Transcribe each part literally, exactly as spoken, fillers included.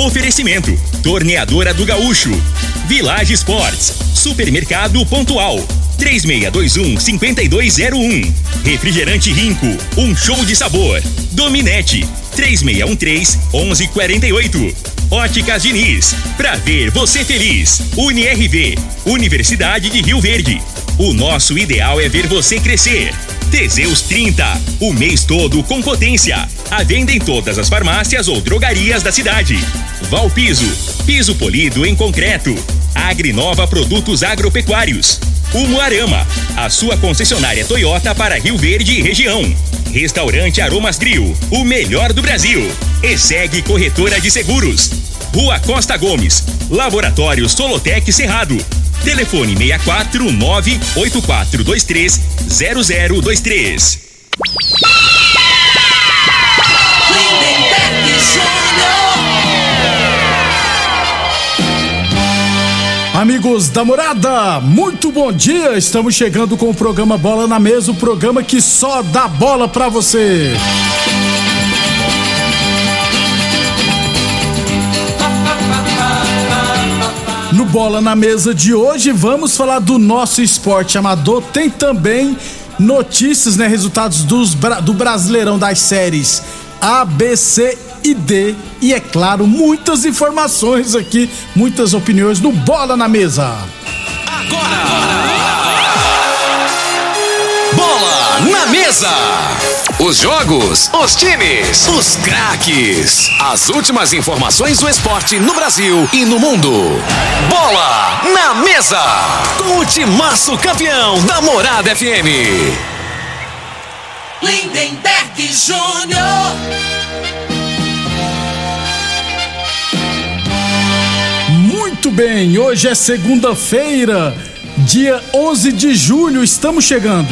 Oferecimento: Torneadora do Gaúcho, Village Sports, Supermercado Pontual, três seis dois um, cinco dois zero um. Refrigerante Rinco, um show de sabor. Dominete, três seis um três, um um quatro oito. Óticas Diniz, pra ver você feliz. UniRV, Universidade de Rio Verde. O nosso ideal é ver você crescer. Teseus trinta, o mês todo com potência. À venda em todas as farmácias ou drogarias da cidade. Valpiso, piso polido em concreto. Agrinova Produtos Agropecuários. Umuarama, a sua concessionária Toyota para Rio Verde e região. Restaurante Aromas Grill, o melhor do Brasil. E segue Corretora de Seguros. Rua Costa Gomes, Laboratório Solotec Cerrado. Telefone seis quatro nove oito quatro dois três zero zero dois três. Amigos da Morada, muito bom dia. Estamos chegando com o programa Bola na Mesa, o programa que só dá bola pra você. No Bola na Mesa de hoje, vamos falar do nosso esporte amador. Tem também notícias, né? Resultados dos, do Brasileirão das séries A, B, C e D. E, é claro, muitas informações aqui, muitas opiniões no Bola na Mesa. Agora! Bola na Mesa! Os jogos, os times, os craques. As últimas informações do esporte no Brasil e no mundo. Bola na Mesa! Com o timaço campeão da Morada F M. Lindenberg Júnior. Muito bem, hoje é segunda-feira, dia onze de julho, estamos chegando.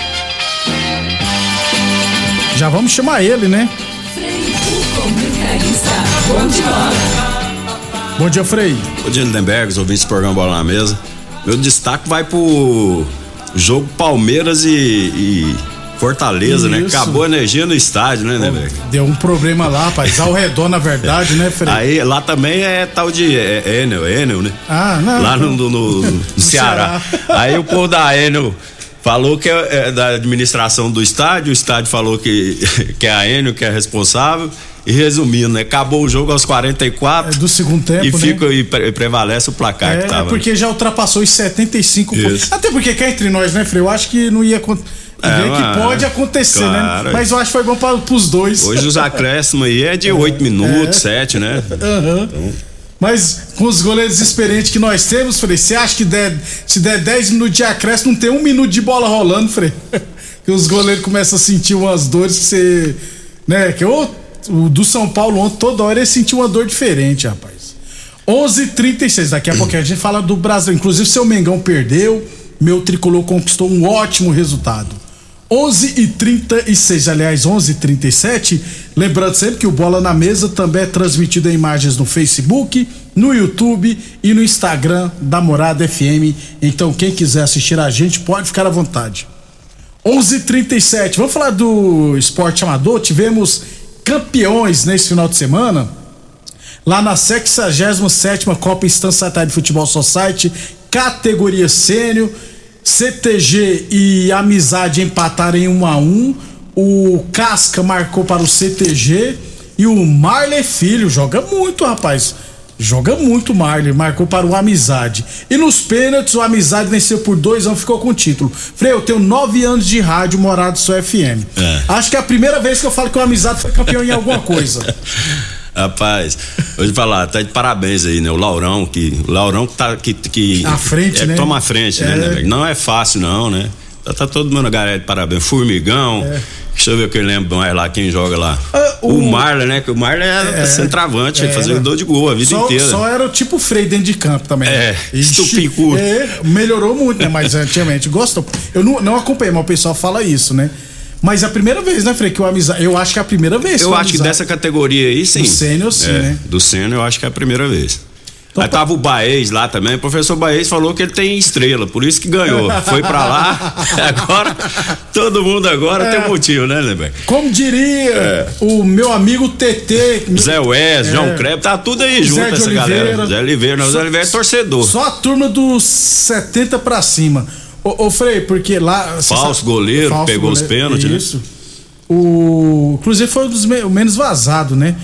Já vamos chamar ele, né? Frei, o comentarista, bom dia. Bom dia, Frei. Bom dia, Lindenberg, os ouvintes do programa Bola na Mesa. Meu destaque vai pro jogo Palmeiras e, e Fortaleza, Isso. né? Acabou a energia no estádio, né, Lindenberg? Deu um problema lá, rapaz, ao redor, na verdade, né, Frei? Aí, lá também é tal de é, Enel, Enel, né? Ah, não. Lá no, no, no, no Ceará. Ceará. Aí o povo da Enel falou que é, é da administração do estádio, o estádio falou que, que é a Enel que é responsável. E resumindo, né? Acabou o jogo aos quarenta e quatro. É do segundo tempo, e né? Fica, e pre- prevalece o placar é, que tava. É porque já ultrapassou os setenta e cinco pontos. Até porque cá entre nós, né, Frei? Eu acho que não ia acontecer. É, que pode acontecer, claro, né? Mas eu acho que foi bom para os dois. Hoje os acréscimos aí é de oito minutos, sete, né? Uhum. Então... Mas com os goleiros experientes que nós temos, Frei, você acha que der, se der dez minutos de acréscimo, não tem um minuto de bola rolando, Frei? Que os goleiros começam a sentir umas dores que você. Né? Que o, o do São Paulo ontem, toda hora ele sentiu uma dor diferente, rapaz. onze e trinta e seis, daqui a pouquinho a gente fala do Brasil. Inclusive, seu Mengão perdeu, meu tricolor conquistou um ótimo resultado. onze e trinta e seis, aliás, onze e trinta e sete. Lembrando sempre que o Bola na Mesa também é transmitido em imagens no Facebook, no YouTube e no Instagram da Morada F M. Então, quem quiser assistir a gente pode ficar à vontade. onze e trinta e sete, vamos falar do esporte amador. Tivemos campeões nesse final de semana lá na sexagésima sétima Copa Estância Satélite Futebol Society, categoria sênior. C T G e Amizade empataram em um a um. O Casca marcou para o C T G e o Marley Filho joga muito, rapaz. Joga muito, Marley. Marcou para o Amizade. E nos pênaltis, o Amizade venceu por dois a um, ficou com o título. Frei, eu tenho nove anos de rádio Morado Só F M. É. Acho que é a primeira vez que eu falo que o Amizade foi campeão em alguma coisa. Rapaz, hoje falar, tá de parabéns aí, né? O Laurão, que o Laurão que tá que, que à frente, é, né? Toma a frente, é. né? Não é fácil não, né? Tá, tá todo mundo galera de parabéns. Formigão, é. Deixa eu ver o que eu lembro mais lá, quem joga lá. Ah, o, o Marlon, né? Que o Marlon era é, centroavante, ele fazia gol de gol a vida só, inteira. Só era o tipo Frei dentro de campo também. É, estupicudo. É, melhorou muito, né? Mas antigamente gostou. Eu não, não acompanhei, mas o pessoal fala isso, né? Mas é a primeira vez, né, Frei, que o Amizade... Eu acho que é a primeira vez. Eu acho que dessa categoria aí, sim. Do sênior, sim, é, né? Do sênior, eu acho que é a primeira vez. Então, Aí tava o Baez lá também, o professor Baez falou que ele tem estrela, por isso que ganhou. Foi pra lá, agora, todo mundo agora é. tem motivo, né, Leber? Como diria é. o meu amigo T T. Zé Wes, é. João Kleber, tá tudo aí junto Zé essa Oliveira, galera. Zé Oliveira, não, Zé Oliveira é torcedor. Só a turma dos setenta pra cima. Ô, ô Frei, porque lá... Falso sabe, goleiro, falso pegou goleiro, os pênaltis, né? Isso. O inclusive foi um dos me, o menos vazado, né?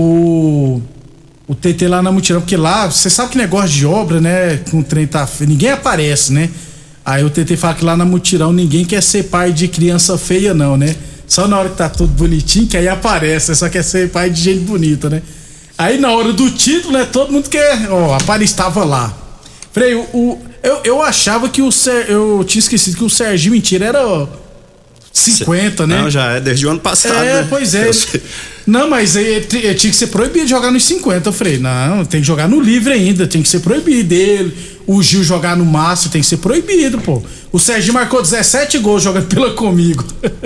O o T T lá na Mutirão, porque lá, você sabe que negócio de obra, né? Com o trem tá, ninguém aparece, né? Aí o T T fala que lá na Mutirão ninguém quer ser pai de criança feia não, né? Só na hora que tá tudo bonitinho que aí aparece, só quer ser pai de gente bonita, né? Aí na hora do título, né? Todo mundo quer, ó, a Paris estava lá. Frei, o, o eu, eu achava que o Ser, eu tinha esquecido que o Serginho Mentira era ó, cinquenta, né? Não, já é desde o ano passado, é, né? Pois é. Não, mas ele, ele tinha que ser proibido de jogar nos cinquenta, eu falei, não, tem que jogar no livre ainda, tem que ser proibido ele. O Gil jogar no Márcio tem que ser proibido, pô. O Serginho marcou dezessete gols jogando pela Comigo.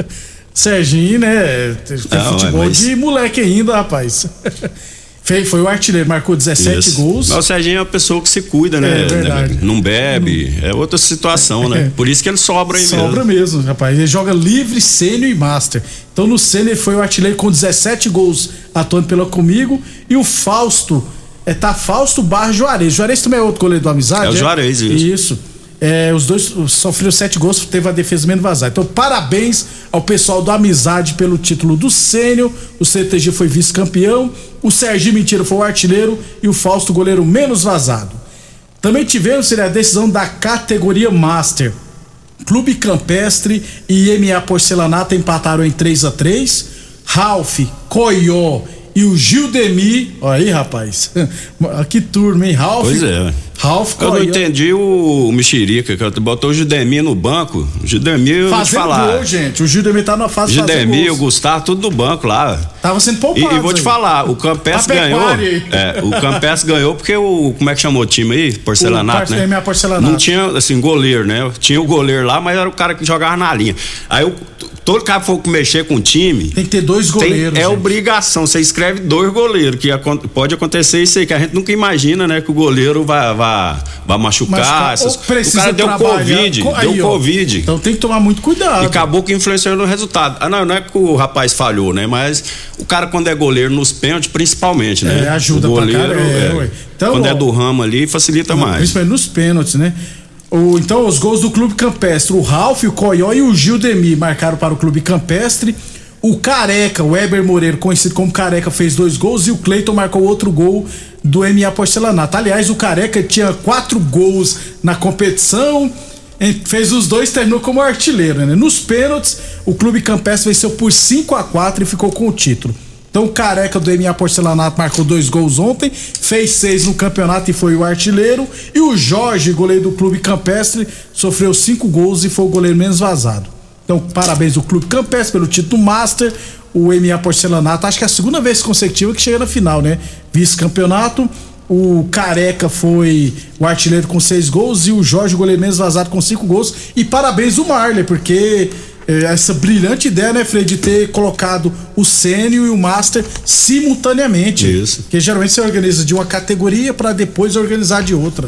Serginho, né? Tem não, futebol mas... de moleque ainda, rapaz. Foi, foi o artilheiro, marcou dezessete Isso. gols. Mas o Serginho é uma pessoa que se cuida, né? É verdade. Não bebe, é outra situação, né? Por isso que ele sobra aí sobra mesmo. mesmo, rapaz. Ele joga livre, sênior e master. Então no sênior ele foi o artilheiro com dezessete gols atuando pela Comigo. E o Fausto, é, tá Fausto barra Juarez. Juarez também é outro goleiro do Amizade? É o Juarez, é? isso. Isso. É, os dois sofreram sete gols, teve a defesa menos vazada. Então, parabéns ao pessoal do Amizade pelo título do sênior. O C T G foi vice-campeão. O Serginho Mentira foi o artilheiro e o Fausto, goleiro menos vazado. Também tivemos seria a decisão da categoria Master. Clube Campestre e I M A Porcelanato empataram em três a três. Ralph, Coió e o Gildemir, olha aí, rapaz. Que turma, hein? Ralph. Pois é. Ralph, eu não entendi o, o Mexerica, que botou o Gildemir no banco. O Gildemir, eu vou te falar. Gol, gente. O Gildemir tá na fase de Gildemir, o Gustavo, tudo no banco lá. Tava sendo poupado. E, e vou te aí. falar, o Campestre ganhou. É, o Campestre ganhou porque o. Como é que chamou o time aí? Porcelanato, o, né? Minha Porcelanato. Não tinha, assim, goleiro, né? Tinha o goleiro lá, mas era o cara que jogava na linha. Aí o. Todo cara que for mexer com o time. Tem que ter dois goleiros. Tem, é gente. obrigação. Você escreve dois goleiros. Que pode acontecer isso aí, que a gente nunca imagina, né? Que o goleiro vai, vai, vai machucar. Essas, o cara deu Covid. Aí, deu ó, Covid. Então tem que tomar muito cuidado. E acabou que influenciou no resultado. Ah, não, não é que o rapaz falhou, né? Mas o cara, quando é goleiro nos pênaltis, principalmente, né? É, ajuda o goleiro, pra caramba. É, então, quando ó, é do ramo ali, facilita não, mais. Principalmente nos pênaltis, né? O, então, os gols do Clube Campestre, o Ralph, o Coió e o Gildemir marcaram para o Clube Campestre. O Careca, o Weber Moreira, conhecido como Careca, fez dois gols e o Cleiton marcou outro gol do M A Porcelanato. Aliás, o Careca tinha quatro gols na competição, fez os dois, terminou como artilheiro, né? Nos pênaltis, o Clube Campestre venceu por cinco a quatro e ficou com o título. Então o Careca do M A Porcelanato marcou dois gols ontem, fez seis no campeonato e foi o artilheiro. E o Jorge, goleiro do Clube Campestre, sofreu cinco gols e foi o goleiro menos vazado. Então parabéns ao Clube Campestre pelo título Master. O M A Porcelanato, acho que é a segunda vez consecutiva que chega na final, né? Vice-campeonato. O Careca foi o artilheiro com seis gols e o Jorge, o goleiro menos vazado, com cinco gols. E parabéns ao Marley, porque essa brilhante ideia, né, Frei, de ter colocado o sênior e o master simultaneamente. Isso. Porque geralmente você organiza de uma categoria para depois organizar de outra.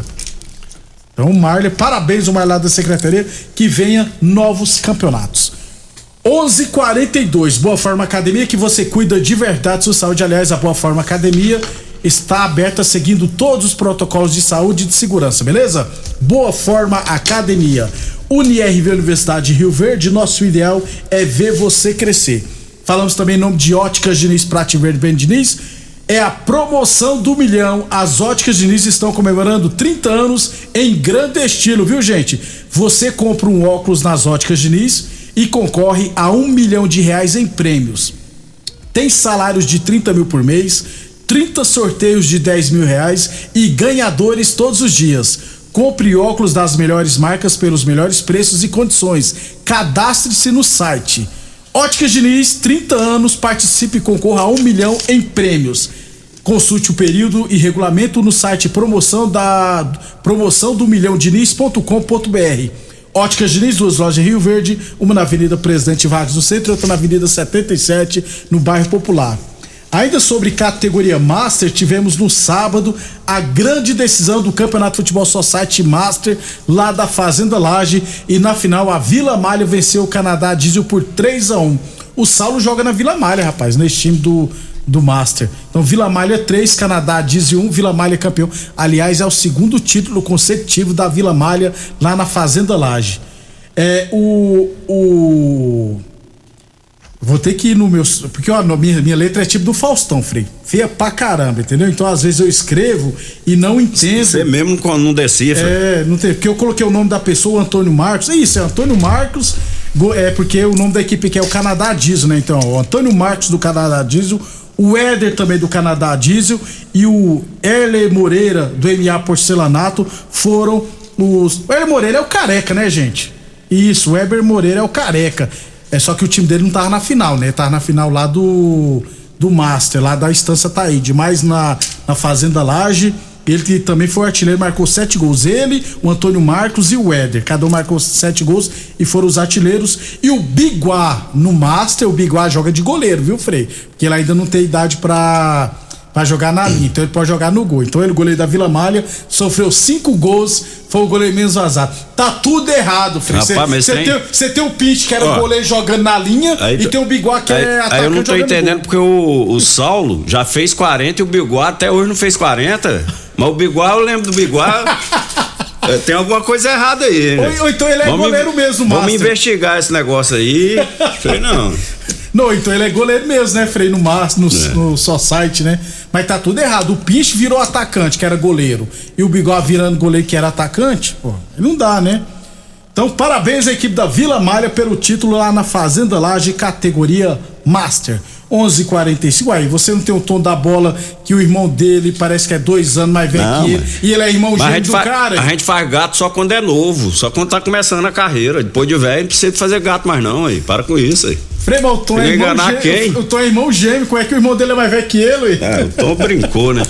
Então, Marley, parabéns ao Marley lá da secretaria, que venha novos campeonatos. onze e quarenta e dois, Boa Forma Academia, que você cuida de verdade sua saúde. Aliás, a Boa Forma Academia está aberta seguindo todos os protocolos de saúde e de segurança, beleza? Boa Forma Academia. U N I R V Universidade de Rio Verde, nosso ideal é ver você crescer. Falamos também em nome de Óticas Diniz, Prata Verde Ben Diniz. É a promoção do milhão. As Óticas Diniz estão comemorando trinta anos em grande estilo, viu, gente? Você compra um óculos nas Óticas Diniz e concorre a um milhão de reais em prêmios. Tem salários de trinta mil por mês, trinta sorteios de dez mil reais e ganhadores todos os dias. Compre óculos das melhores marcas pelos melhores preços e condições. Cadastre-se no site. Óticas Diniz, trinta anos, participe e concorra a um milhão em prêmios. Consulte o período e regulamento no site promoção da promoção do milhão diniz ponto com ponto br. Óticas Diniz, duas lojas em Rio Verde, uma na Avenida Presidente Vargas no centro e outra na Avenida setenta e sete, no bairro Popular. Ainda sobre categoria Master, tivemos no sábado a grande decisão do Campeonato Futebol Society Master lá da Fazenda Laje, e na final a Vila Malha venceu o Canadá Diesel por três a um. O Saulo joga na Vila Malha, rapaz, nesse time do, do Master. Então Vila Malha três, Canadá Diesel um, Vila Malha campeão. Aliás, é o segundo título consecutivo da Vila Malha lá na Fazenda Laje. É, o... o... Vou ter que ir no meu... Porque ó, minha, minha letra é tipo do Faustão, Frei. Feia pra caramba, entendeu? Então às vezes eu escrevo e não entendo. Você mesmo quando não decifra. É, não tem, porque eu coloquei o nome da pessoa, Antônio Marcos. É isso, é Antônio Marcos. É porque o nome da equipe aqui é o Canadá Diesel, né? Então, o Antônio Marcos do Canadá Diesel, o Éder também do Canadá Diesel e o Erle Moreira do M A Porcelanato foram os... O Erle Moreira é o careca, né, gente? Isso, o Éber Moreira é o careca. É só que o time dele não tava na final, né? Tava na final lá do do Master, lá da Estância Taíde, mas na, na Fazenda Laje, ele que também foi artilheiro, marcou sete gols. Ele, o Antônio Marcos e o Éder, cada um marcou sete gols e foram os artilheiros. E o Biguá no Master, o Biguá joga de goleiro, viu, Frei? Porque ele ainda não tem idade pra... Pra jogar na linha, então ele pode jogar no gol. Então ele, goleiro da Vila Malha, sofreu cinco gols, foi o goleiro menos vazado. Tá tudo errado, Fred. Você tem, tem, tem o Pitch, que era o goleiro jogando na linha, aí, e tem o Biguá, que aí, é atacante. Aí eu não tô entendendo, porque o, o Saulo já fez quarenta e o Biguá até hoje não fez quarenta. Mas o Biguá, eu lembro do Biguá. Tem alguma coisa errada aí. Ou, ou então ele é vamos, goleiro mesmo, Master. Vamos investigar esse negócio aí. Sei não. Não, então ele é goleiro mesmo, né, Frei? No Master, no, é. no Society, né? Mas tá tudo errado. O Pinche virou atacante, que era goleiro. E o Bigó virando goleiro, que era atacante. Pô, não dá, né? Então, parabéns à equipe da Vila Malha pelo título lá na Fazenda Laje, categoria Master. onze e quarenta e cinco. Aí, você não tem o tom da bola que o irmão dele parece que é dois anos mais velho não, que ele. Mas... E ele é irmão gêmeo do cara. A gente faz gato só quando é novo, só quando tá começando a carreira. Depois de velho, não precisa fazer gato mais não, aí. Para com isso aí. Frei, mas o Tom é irmão gêmeo. Quem? O Tom é irmão gêmeo, como é que o irmão dele é mais velho que ele? É, o Tom brincou, né?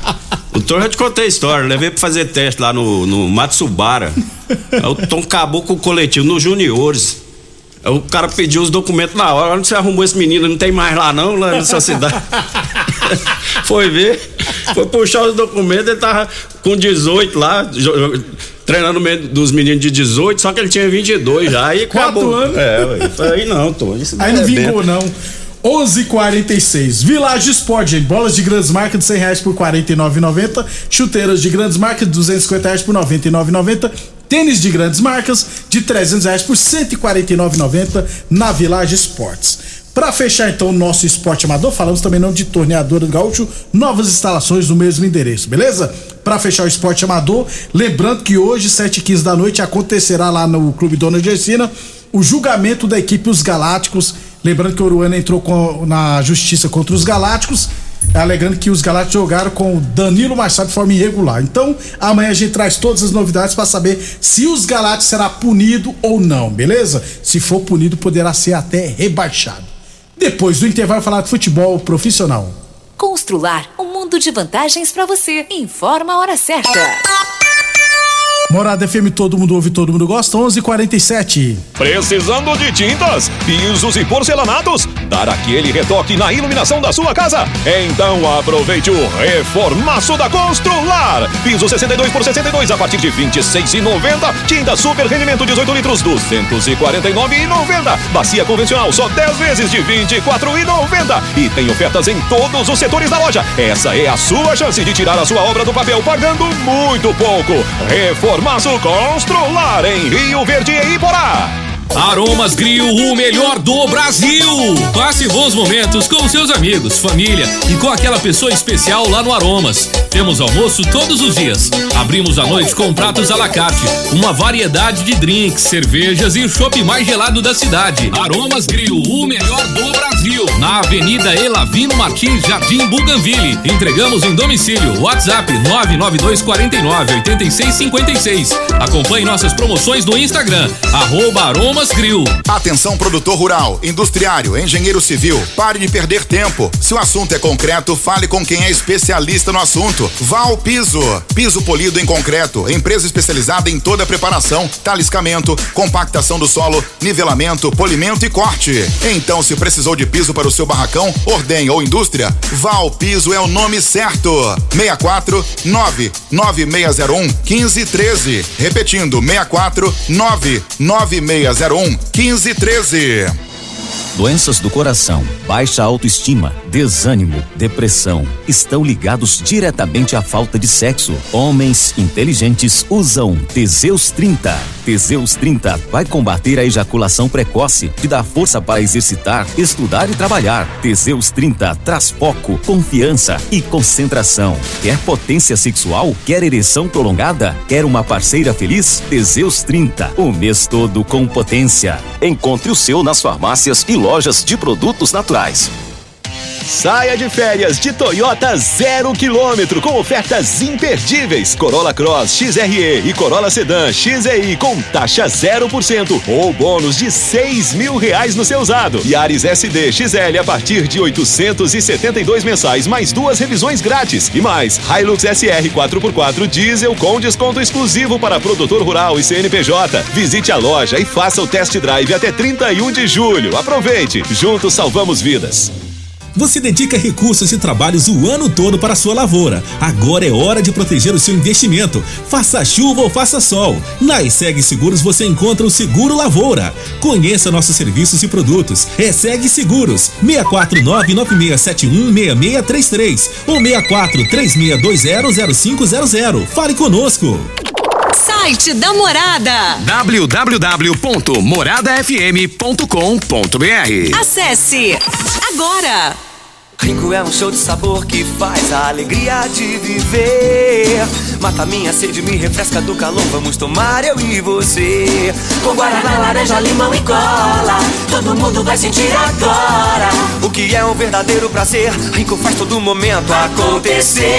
O Tom, já te contei a história, levei pra fazer teste lá no, no Matsubara. Aí o Tom acabou com o coletivo nos juniores. Aí o cara pediu os documentos na hora. Onde você arrumou esse menino? Não tem mais lá não, lá nessa cidade. Foi ver, foi puxar os documentos, ele tava com dezoito lá, treinando no meio dos meninos de dezoito, só que ele tinha vinte e dois já, aí acabou. Anos. É, ué, aí não, Tom. Isso aí não é vingou, não. onze e quarenta e seis. Village Sport, gente. Bolas de grandes marcas de cem reais por quarenta e nove reais e noventa centavos. Chuteiras de grandes marcas de duzentos e cinquenta reais por noventa e nove reais e noventa centavos. Tênis de grandes marcas de trezentos reais por cento e quarenta e nove reais e noventa centavos na Village Sports. Para fechar então o nosso esporte amador, falamos também não de Torneadora do Gaúcho, novas instalações no mesmo endereço, beleza? Para fechar o esporte amador, lembrando que hoje, sete e quinze da noite, acontecerá lá no Clube Dona Gersina o julgamento da equipe Os Galácticos. Lembrando que o Uruana entrou com, na justiça contra os Galácticos, alegando que os Galácticos jogaram com o Danilo Machado de forma irregular. Então, amanhã a gente traz todas as novidades para saber se os Galácticos será punido ou não, beleza? Se for punido, poderá ser até rebaixado. Depois do intervalo, falar de futebol profissional. Constrular um mundo de vantagens para você. Informa a hora certa. Morada F M, todo mundo ouve, todo mundo gosta. Onze e quarenta e sete. Precisando de tintas, pisos e porcelanatos? Dar aquele retoque na iluminação da sua casa? Então aproveite o reformaço da Constrular. Piso sessenta e dois por sessenta e dois a partir de vinte e seis reais e noventa centavos. Tinta super rendimento dezoito litros, duzentos e quarenta e nove reais e noventa centavos. Bacia convencional só dez vezes de vinte e quatro reais e noventa centavos. E tem ofertas em todos os setores da loja. Essa é a sua chance de tirar a sua obra do papel pagando muito pouco. Reformaço Constrular em Rio Verde e Iporá. Aromas Grill, o melhor do Brasil. Passe bons momentos com seus amigos, família e com aquela pessoa especial lá no Aromas. Temos almoço todos os dias. Abrimos à noite com pratos à la carte, uma variedade de drinks, cervejas e o chopp mais gelado da cidade. Aromas Grill, o melhor do Brasil. Na Avenida Elavino Martins, Jardim Bougainville. Entregamos em domicílio. WhatsApp nove nove dois quatro nove oito seis cinco seis. Acompanhe nossas promoções no Instagram, arroba Aromas Grill. Atenção, produtor rural, industriário, engenheiro civil, pare de perder tempo. Se o assunto é concreto, fale com quem é especialista no assunto. Val Piso, piso polido em concreto, empresa especializada em toda a preparação, taliscamento, compactação do solo, nivelamento, polimento e corte. Então, se precisou de piso para o seu seu barracão, ordenha ou indústria, Val Piso é o nome certo. seis quatro nove nove seis zero um um cinco um três. Repetindo, seis quatro nove nove seis zero um um cinco um três. Doenças do coração, baixa autoestima, desânimo, depressão estão ligados diretamente à falta de sexo. Homens inteligentes usam Teseus trinta. Teseus trinta vai combater a ejaculação precoce, te dá força para exercitar, estudar e trabalhar. Teseus trinta traz foco, confiança e concentração. Quer potência sexual? Quer ereção prolongada? Quer uma parceira feliz? Teseus trinta, o mês todo com potência. Encontre o seu nas farmácias e lojas de produtos naturais. Saia de férias de Toyota zero quilômetro com ofertas imperdíveis. Corolla Cross X R E e Corolla Sedan X E I com taxa zero por cento ou bônus de seis mil reais no seu usado. Yaris S D X L a partir de oitocentos e setenta e dois mensais, mais duas revisões grátis. E mais, Hilux S R quatro por quatro diesel com desconto exclusivo para produtor rural e C N P J. Visite a loja e faça o test drive até trinta e um de julho. Aproveite, juntos salvamos vidas. Você dedica recursos e trabalhos o ano todo para a sua lavoura. Agora é hora de proteger o seu investimento. Faça chuva ou faça sol. Na ESEG Seguros você encontra o Seguro Lavoura. Conheça nossos serviços e produtos. ESEG Seguros, seis quatro nove nove seis sete um seis seis três três ou seis quatro três seis dois zero zero cinco zero zero. Fale conosco. Site da Morada w w w ponto morada f m ponto com ponto b r. Acesse agora. Rinco é um show de sabor que faz a alegria de viver. Mata minha sede, me refresca do calor. Vamos tomar eu e você. Com guaraná, laranja, limão e cola, todo mundo vai sentir agora o que é um verdadeiro prazer. Rinco faz todo momento acontecer.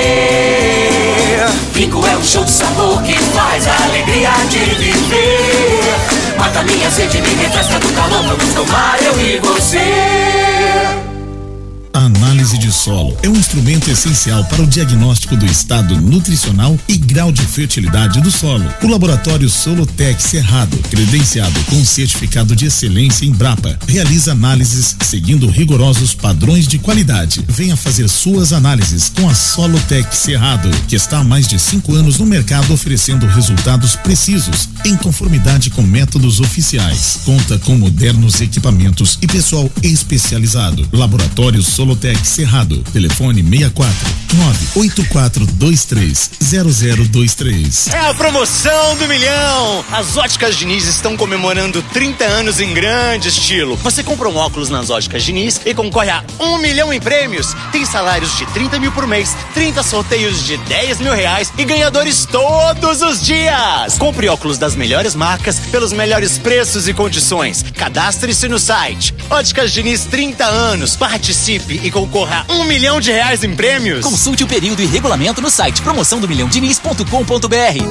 Rinco é um show de sabor que faz a alegria de viver. Mata minha sede, me refresca do calor. Vamos tomar eu e você. A análise de solo é um instrumento essencial para o diagnóstico do estado nutricional e grau de fertilidade do solo. O laboratório Solotec Cerrado, credenciado com certificado de excelência em Embrapa, realiza análises seguindo rigorosos padrões de qualidade. Venha fazer suas análises com a Solotec Cerrado, que está há mais de cinco anos no mercado oferecendo resultados precisos, em conformidade com métodos oficiais. Conta com modernos equipamentos e pessoal especializado. Laboratório Solotec Cerrado, telefone seis quatro nove oito quatro dois três zero zero dois três. É a promoção do milhão! As Óticas Diniz estão comemorando trinta anos em grande estilo. Você compra um óculos nas Óticas Diniz e concorre a um milhão em prêmios. Tem salários de trinta mil por mês, trinta sorteios de dez mil reais e ganhadores todos os dias. Compre óculos das melhores marcas pelos melhores preços e condições. Cadastre-se no site. Óticas Diniz, trinta anos. Participe e concorra a um milhão de reais em prêmios. Consulte o período e regulamento no site promoção do milhão diniz ponto com ponto b r.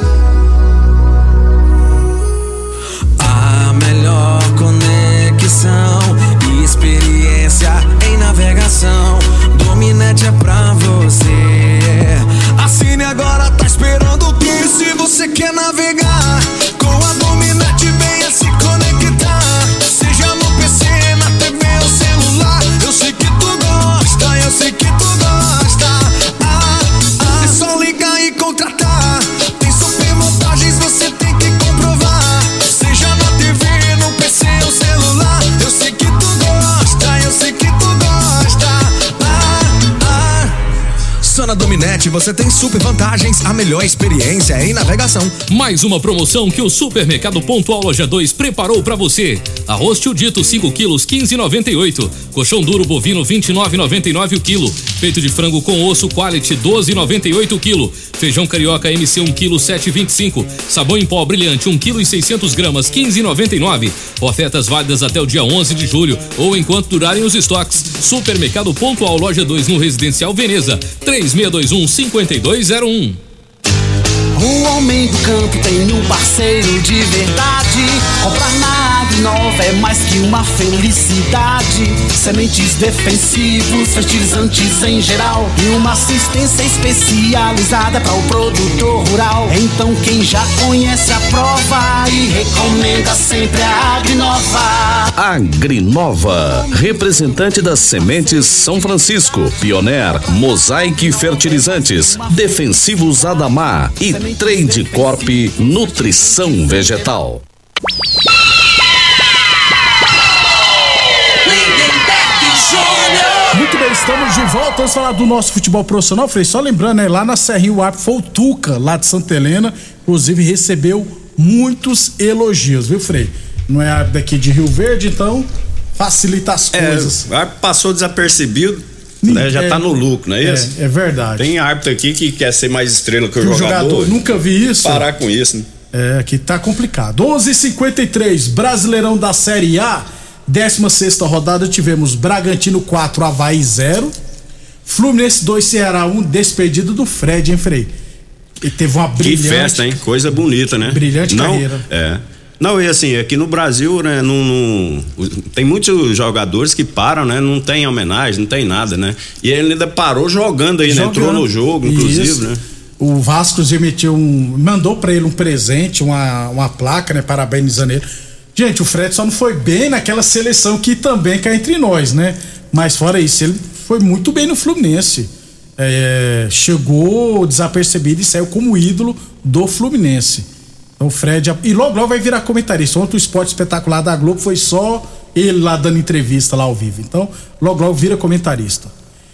A melhor conexão e experiência em navegação. Dominete é pra você. Assine agora, tá esperando o que? Se você quer navegar com a Dominete, venha se conectar. Seja no P C, na T V ou celular. Eu sei que tu gosta, eu sei que tu gosta. Ah, ah, é só ligar e contratar. Tem super vantagens, você tem que comprovar. Seja na T V, no P C ou celular. Eu sei que tu gosta, eu sei que tu gosta. Ah, ah. Só na Dominete você tem super vantagens, a melhor experiência em navegação. Mais uma promoção que o Supermercado Pontual Loja dois preparou pra você. Arroz Tio Dito cinco quilos, quinze reais e noventa e oito centavos. Colchão duro bovino vinte e nove reais e noventa e nove centavos o quilo. Peito de frango com osso Quality doze reais e noventa e oito centavos o quilo. Feijão carioca M C um quilo, sete reais e vinte e cinco centavos. Sabão em pó brilhante um quilo e seiscentos gramas, quinze reais e noventa e nove centavos. Ofertas válidas até o dia onze de julho ou enquanto durarem os estoques. Supermercado Pontual Loja dois no Residencial Veneza. três seis dois um, cinco dois zero um. O homem do campo tem um parceiro de verdade. Comprar na Agrinova é mais que uma felicidade. Sementes defensivos, fertilizantes em geral e uma assistência especializada para o produtor rural. Então quem já conhece a prova e recomenda sempre a Agrinova. Agrinova, representante das sementes São Francisco, Pioneer, Mosaic Fertilizantes, Defensivos Adamar e Trade Corp Nutrição Vegetal. Muito bem, estamos de volta. Vamos falar do nosso futebol profissional, Frei. Só lembrando, né? Lá na Serrinha, o árbitro foi o Tuca, lá de Santa Helena. Inclusive, recebeu muitos elogios, viu, Frei? Não é árbitro daqui de Rio Verde, então facilita as coisas. É, o árbitro passou desapercebido, né? Já é, tá no lucro, não é, é isso? É verdade. Tem árbitro aqui que quer ser mais estrela que o, que jogador. jogador. Nunca vi isso. Parar com isso, né? É, aqui tá complicado. onze e cinquenta e três, Brasileirão da Série A, décima sexta rodada, tivemos Bragantino quatro, Avaí zero, Fluminense dois, Ceará um, despedida do Fred, hein, Frei? E teve uma brilhante... Que festa, hein? Coisa bonita, né? Brilhante não, carreira. É. Não, e assim, aqui no Brasil, né, não, não, tem muitos jogadores que param, né, não tem homenagem, não tem nada, né, e ele ainda parou jogando aí, jogando. Né, entrou no jogo, inclusive, Isso. né. O Vasco emitiu um, mandou pra ele um presente, uma, uma placa, né, parabenizando ele. Gente, o Fred só não foi bem naquela seleção que também cai entre nós, né, mas fora isso, ele foi muito bem no Fluminense, é, chegou desapercebido e saiu como ídolo do Fluminense. O Fred, e logo logo vai virar comentarista. Ontem o Esporte Espetacular da Globo foi só ele lá dando entrevista lá ao vivo. Então, logo logo vira comentarista.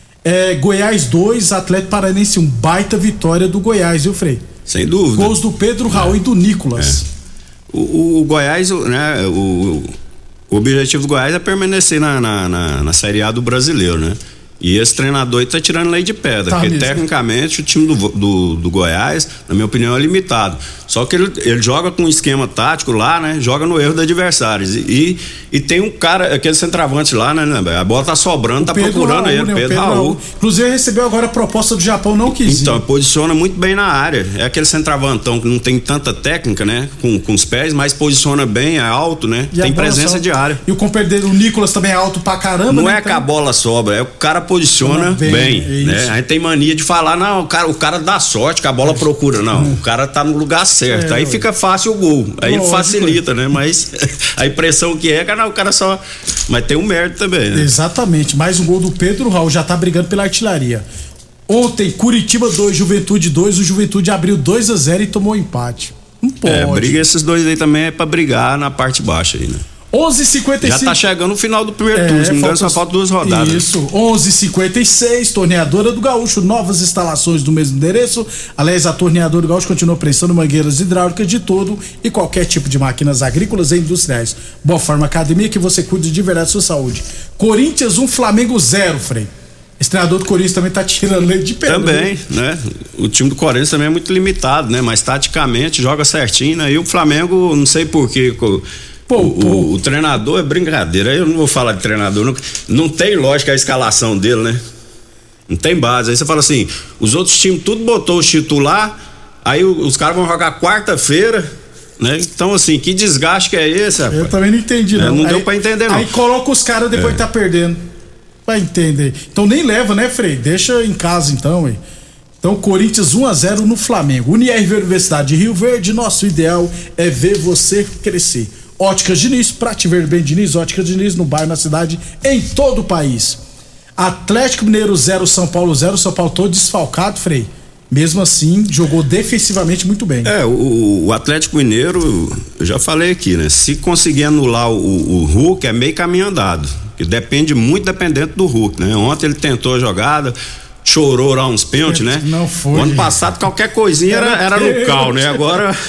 É, Goiás dois, Atlético Paranaense um, baita vitória do Goiás, viu, Frei? Sem dúvida. Gols do Pedro Raul é. e do Nicolas. É. O, o Goiás, né, o, o objetivo do Goiás é permanecer na, na, na, na Série A do Brasileiro, né? E esse treinador tá tirando lei de pedra, tá porque mesmo. Tecnicamente o time do, do, do Goiás, na minha opinião, é limitado. Só que ele, ele joga com um esquema tático lá, né? Joga no erro dos adversários. E, e, e tem um cara, aquele centroavante lá, né? A bola tá sobrando, o tá Pedro procurando Raul, ele, né? Pedro, Pedro Raul. Raul. Inclusive recebeu agora a proposta do Japão, não quis. Então, posiciona muito bem na área. É aquele centroavantão que não tem tanta técnica, né? Com, com os pés, mas posiciona bem, é alto, né? E tem presença só... de área. E o companheiro dele, o Nicolas, também é alto pra caramba, Não né? é então... que a bola sobra, é o cara posiciona bem, bem é né? A gente tem mania de falar, não, o cara, o cara dá sorte que a bola é. procura, não, hum. o cara tá no lugar certo, é, aí ué. fica fácil o gol, aí Lógico. facilita, né, mas a impressão que é, cara, o cara só, mas tem um mérito também, né? Exatamente, mais um gol do Pedro Raul, já tá brigando pela artilharia. Ontem, Curitiba dois, Juventude dois, o Juventude abriu dois a zero e tomou empate. Não pode. É, briga esses dois aí também é pra brigar na parte baixa aí, né? onze e cinquenta e cinco. Já tá chegando no final do primeiro é, turno, se não me engano, só falta duas rodadas. Isso, onze e cinquenta e seis, Torneadora do Gaúcho, novas instalações do mesmo endereço. Aliás, a Torneadora do Gaúcho continua prestando mangueiras hidráulicas de todo e qualquer tipo de máquinas agrícolas e industriais. Boa Forma Academia, que você cuide de verdade da sua saúde. Corinthians um, Flamengo zero, Frei. Esse treinador do Corinthians também tá tirando leite de pedra. Também, né? O time do Corinthians também é muito limitado, né? Mas taticamente joga certinho, né? E o Flamengo, não sei porquê... Pô, o, pô. O, o treinador é brincadeira. Eu não vou falar de treinador, não, não tem lógica a escalação dele, né? Não tem base. Aí você fala assim: os outros times tudo botou o titular, aí os, os caras vão jogar quarta-feira, né? Então, assim, que desgaste que é esse, rapaz? Eu também não entendi, não. É, não aí, deu pra entender, não. Aí coloca os caras depois é. que tá perdendo. Vai entender. Então nem leva, né, Frei? Deixa em casa, então, hein? Então, Corinthians um a zero no Flamengo. Unirv Universidade de Rio Verde, nosso ideal é ver você crescer. Óticas Diniz, pra te ver bem, Diniz, Óticas Diniz no bairro, na cidade, em todo o país. Atlético Mineiro zero, São Paulo zero, São Paulo todo desfalcado, Frei. Mesmo assim, jogou defensivamente muito bem. É, o, o Atlético Mineiro, eu já falei aqui, né? Se conseguir anular o, o Hulk, é meio caminho andado. Que depende muito dependente do Hulk, né? Ontem ele tentou a jogada, chorou lá uns pênaltis, né? Não foi. O ano passado qualquer coisinha era, era local, né? Agora...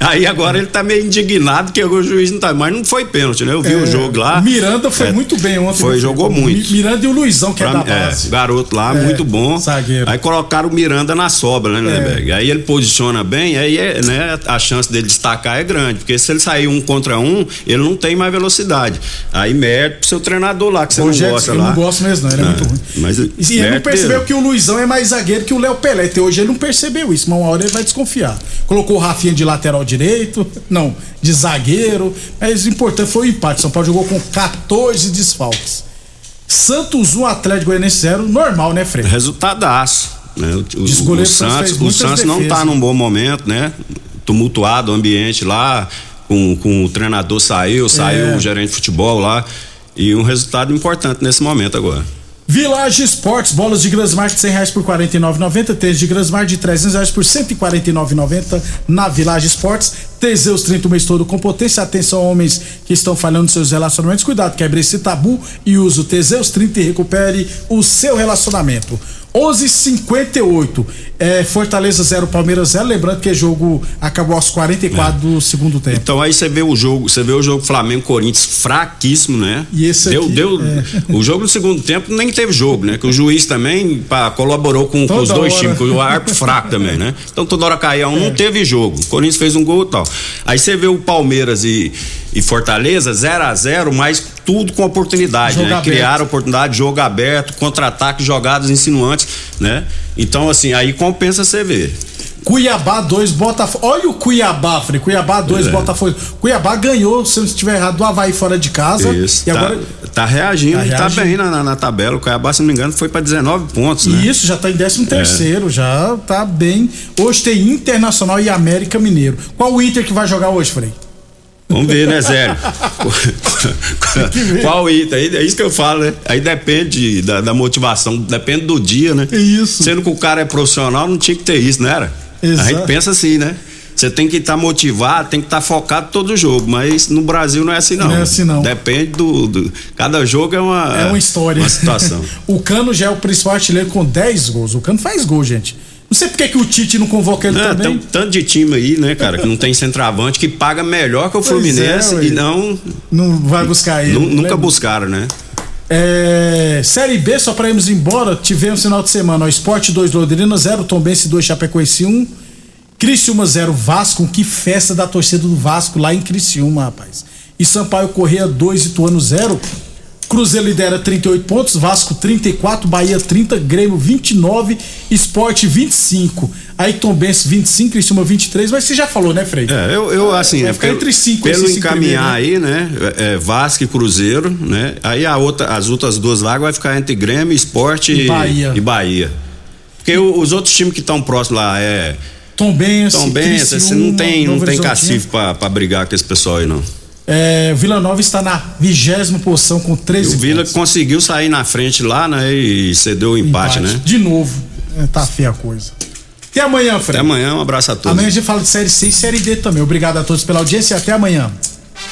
Aí agora ele tá meio indignado que o juiz não tá, mas não foi pênalti, né? Eu vi é, o jogo lá. O Miranda foi é, muito bem ontem. Foi, jogou muito. Miranda e o Luizão, que pra, é da base. É, garoto lá, é, muito bom. Zagueiro. Aí colocaram o Miranda na sobra, né, Lindenberg? É. Aí ele posiciona bem, aí é, né, a chance dele destacar é grande, porque se ele sair um contra um, ele não tem mais velocidade. Aí mérito pro seu treinador lá, que você Rogério, não gosta eu lá. Eu não gosto mesmo, não, ele é, é muito ruim. Mas, e ele não percebeu dele. Que o Luizão é mais zagueiro que o Léo Pelé. Até hoje ele não percebeu isso, mas uma hora ele vai desconfiar. Colocou o Rafinha de lateral direito, não, de zagueiro, mas o importante foi o empate. São Paulo jogou com quatorze desfalques. Santos um, Atlético Goianiense zero, normal, né, Frei? Resultadaço, né? O, o, o, o Santos, o Santos não tá num bom momento, né? Tumultuado o ambiente lá, com, com o treinador saiu, saiu é. o gerente de futebol lá, e um resultado importante nesse momento agora. Village Esportes, bolas de Grasmar de cem reais por quarenta e nove reais e noventa centavos, tênis de Grasmar de trezentos reais por cento e quarenta e nove reais e noventa centavos na Village Esportes. Teseus trinta, o mês todo com potência. Atenção, homens que estão falhando nos seus relacionamentos, cuidado, quebre esse tabu e use o Teseus trinta e recupere o seu relacionamento. onze e cinquenta e oito, é, Fortaleza zero, Palmeiras zero. Lembrando que o jogo acabou aos quarenta e quatro é. do segundo tempo. Então aí você vê o jogo, você vê o jogo Flamengo-Corinthians fraquíssimo, né? E esse deu, aqui, deu, é. O jogo no segundo tempo nem teve jogo, né? Que o juiz também pá, colaborou com, com os dois hora. times, com o árbitro fraco também, né? Então toda hora caía um, é. não teve jogo. O Corinthians fez um gol e tal. Aí você vê o Palmeiras e, e Fortaleza zero a zero, mas tudo com oportunidade, jogo né? Aberto. Criaram oportunidade, jogo aberto, contra-ataque, jogadas insinuantes, né? Então, assim, aí compensa você ver. Cuiabá dois, Botafogo. Olha o Cuiabá, Frei. Cuiabá dois, é. Botafogo. Cuiabá ganhou, se eu não estiver errado, do Avaí fora de casa. Isso, e tá, agora tá reagindo tá e reagindo. Tá bem na, na, na tabela. O Cuiabá, se não me engano, foi pra dezenove pontos, né? Isso, já tá em décimo terceiro, é. já tá bem. Hoje tem Internacional e América Mineiro. Qual o Inter que vai jogar hoje, Frei? Vamos ver, né, Zé? Qual Inter? É isso que eu falo, né? Aí depende da, da motivação, depende do dia, né? Isso. Sendo que o cara é profissional, não tinha que ter isso, não era? Exato. A gente pensa assim, né? Você tem que estar tá motivado, tem que estar tá focado todo jogo, mas no Brasil não é assim não. Não é assim não. Depende do, do cada jogo é uma é uma história, uma situação. O Cano já é o principal artilheiro com dez gols. O Cano faz gol, gente. Não sei porque que o Tite não convoca ele não, também. Tem um tanto de time aí, né, cara, que não tem centroavante, que paga melhor que o Fluminense é, e não não vai buscar ele. Não, nunca lembra? Buscaram, né? É, Série B, só para irmos embora, tivemos final de semana, ó, Sport dois, Londrina zero, Tombense dois, Chapecoense um, Criciúma zero, Vasco. Que festa da torcida do Vasco lá em Criciúma, rapaz. E Sampaio Corrêa dois, Ituano zero. Cruzeiro lidera trinta e oito pontos, Vasco trinta e quatro, Bahia trinta, Grêmio vinte e nove, Sport vinte e cinco. Aí Tombense vinte e cinco, Criciúma vinte e três, mas você já falou, né, Frei? É, eu, eu assim, vai ficar pelo, entre cinco pelo cinco encaminhar primeiro, aí, né? É, Vasco e Cruzeiro, né? Aí a outra, as outras duas vagas vai ficar entre Grêmio, Sport e, e Bahia. E Bahia. Porque o, os outros times que estão próximos lá é Tombense, Tombense, você não tem, não tem cacife pra, pra brigar com esse pessoal aí, não. É, Vila Nova está na vigésima posição com treze pontos. O Vila conseguiu sair na frente lá, né? E cedeu o empate, empate. né? De novo. É, tá feia a coisa. Até amanhã, Fred. Até amanhã, um abraço a todos. Amanhã a gente fala de Série C e Série D também. Obrigado a todos pela audiência e até amanhã.